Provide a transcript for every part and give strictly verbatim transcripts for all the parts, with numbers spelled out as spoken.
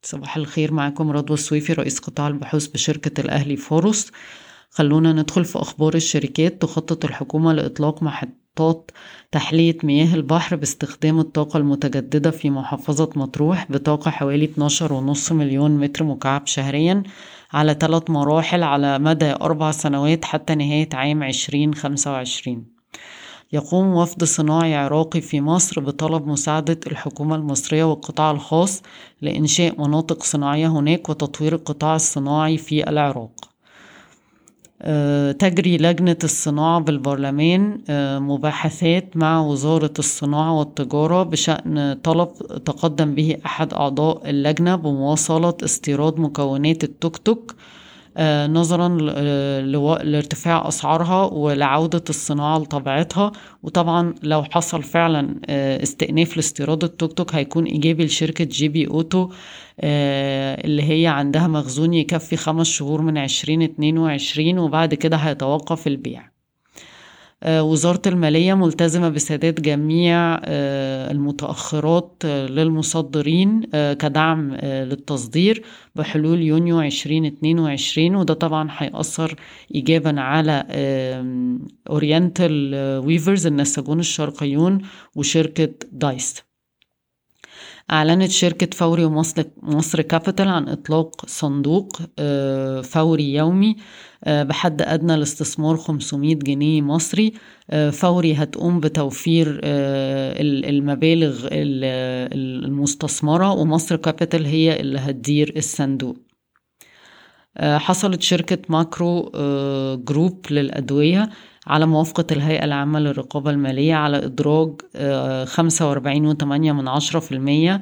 صباح الخير، معاكم رضوى السويفي رئيس قطاع البحوث بشركة الأهلي فورس. خلونا ندخل في أخبار الشركات. تخطط الحكومة لإطلاق محطات تحلية مياه البحر باستخدام الطاقة المتجددة في محافظة مطروح بطاقة حوالي اتناشر ونص مليون متر مكعب شهريا على ثلاث مراحل على مدى أربع سنوات حتى نهاية عام عشرين خمسة وعشرين. يقوم وفد صناعي عراقي في مصر بطلب مساعدة الحكومة المصرية والقطاع الخاص لإنشاء مناطق صناعية هناك وتطوير القطاع الصناعي في العراق. أه تجري لجنة الصناعة بالبرلمان أه مباحثات مع وزارة الصناعة والتجارة بشأن طلب تقدم به أحد أعضاء اللجنة بمواصلة استيراد مكونات التوك توك آه نظرا لارتفاع أسعارها ولعودة الصناعة لطبيعتها. وطبعا لو حصل فعلا آه استئناف لاستيراد التوك توك هيكون إيجابي لشركة جي بي أوتو آه اللي هي عندها مخزون يكفي خمس شهور من عشرين اتنين وعشرين، وبعد كده هيتوقف البيع. وزارة المالية ملتزمة بسداد جميع المتأخرات للمصدرين كدعم للتصدير بحلول يونيو عشرين اتنين وعشرين، وده طبعا هيأثر إيجابا على أورينتال ويفرز النساجون الشرقيون وشركة دايس. أعلنت شركة فوري ومصر كابيتال عن إطلاق صندوق فوري يومي بحد أدنى لاستثمار خمسمائة جنيه مصري. فوري هتقوم بتوفير المبالغ المستثمرة، ومصر كابيتال هي اللي هتدير الصندوق. حصلت شركة ماكرو جروب للأدوية على موافقة الهيئة العامة للرقابة المالية على إدراج خمسة وأربعين وثمانية من عشرة في المية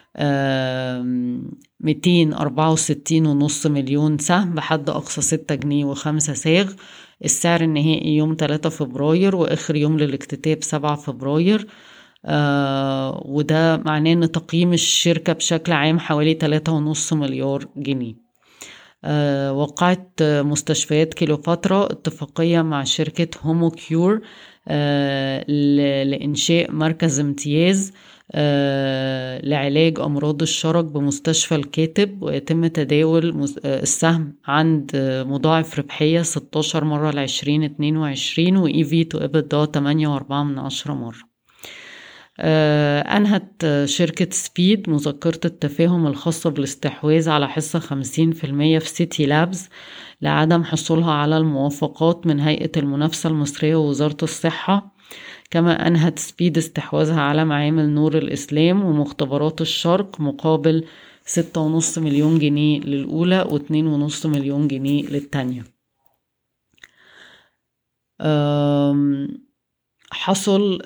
ميتين أربعة وستين ونص مليون سهم بحد أقصى ستة جنيه وخمسة ساغ. السعر النهائي يوم ثلاثة فبراير وآخر يوم للاكتتاب سبعة فبراير. آه وده معناه أن تقييم الشركة بشكل عام حوالي ثلاثة ونص مليار جنيه. أه وقعت مستشفيات كيلوباترا اتفاقية مع شركة هومو كيور أه لإنشاء مركز امتياز أه لعلاج أمراض الشرج بمستشفى الكاتب، ويتم تداول السهم عند مضاعف ربحية ستاشر مرة لعشرين اتنين وعشرين و إي في تو إبدا تمانية وأربعة من عشرة مرة. آه أنهت شركة سبيد مذكرة التفاهم الخاصة بالاستحواذ على حصة خمسين في المية في سيتي لابز لعدم حصولها على الموافقات من هيئة المنافسة المصرية ووزارة الصحة. كما أنهت سبيد استحواذها على معامل نور الإسلام ومختبرات الشرق مقابل ستة ونص مليون جنيه للأولى واتنين ونص مليون جنيه للتانية. آم حصل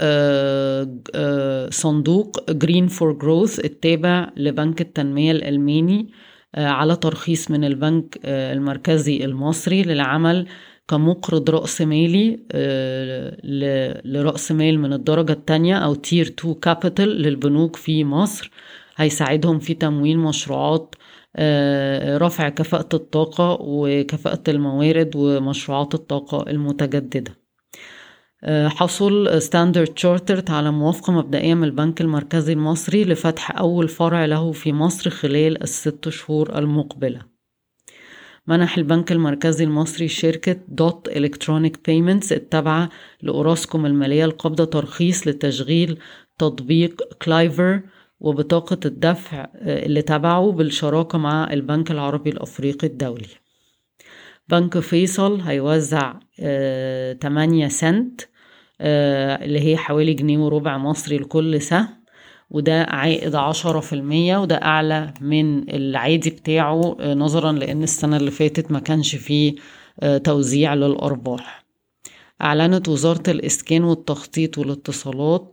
صندوق جرين فور جروث التابع لبنك التنمية الألماني على ترخيص من البنك المركزي المصري للعمل كمقرض رأس مالي لرأس مال من الدرجة الثانية أو تير تو كابيتال للبنوك في مصر. هيساعدهم في تمويل مشروعات رفع كفاءة الطاقة وكفاءة الموارد ومشروعات الطاقة المتجددة. حصل ستاندرد تشارترد على موافقة مبدئية من البنك المركزي المصري لفتح أول فرع له في مصر خلال الست شهور المقبلة. منح البنك المركزي المصري شركة دوت إلكترونيك بيمنتس التابعة لأوراسكوم المالية القابضة ترخيص لتشغيل تطبيق كلايفر وبطاقة الدفع اللي تابعه بالشراكة مع البنك العربي الأفريقي الدولي. بنك فيصل هيوزع آه تمانية سنت آه اللي هي حوالي جنيه وربع مصري لكل سهم، وده عائد عشرة في المية، وده أعلى من العادي بتاعه آه نظرا لأن السنة اللي فاتت ما كانش فيه آه توزيع للأرباح. أعلنت وزارة الإسكان والتخطيط والاتصالات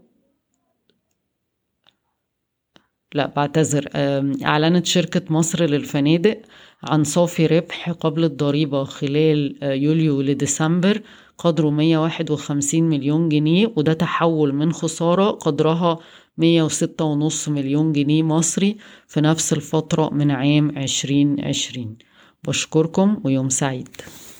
لا بعتذر أعلنت شركة مصر للفنادق عن صافي ربح قبل الضريبة خلال يوليو لديسمبر قدره مية وواحد وخمسين مليون جنيه، وده تحول من خسارة قدرها مية وستة ونص مليون جنيه مصري في نفس الفترة من عام عشرين عشرين. بشكركم ويوم سعيد.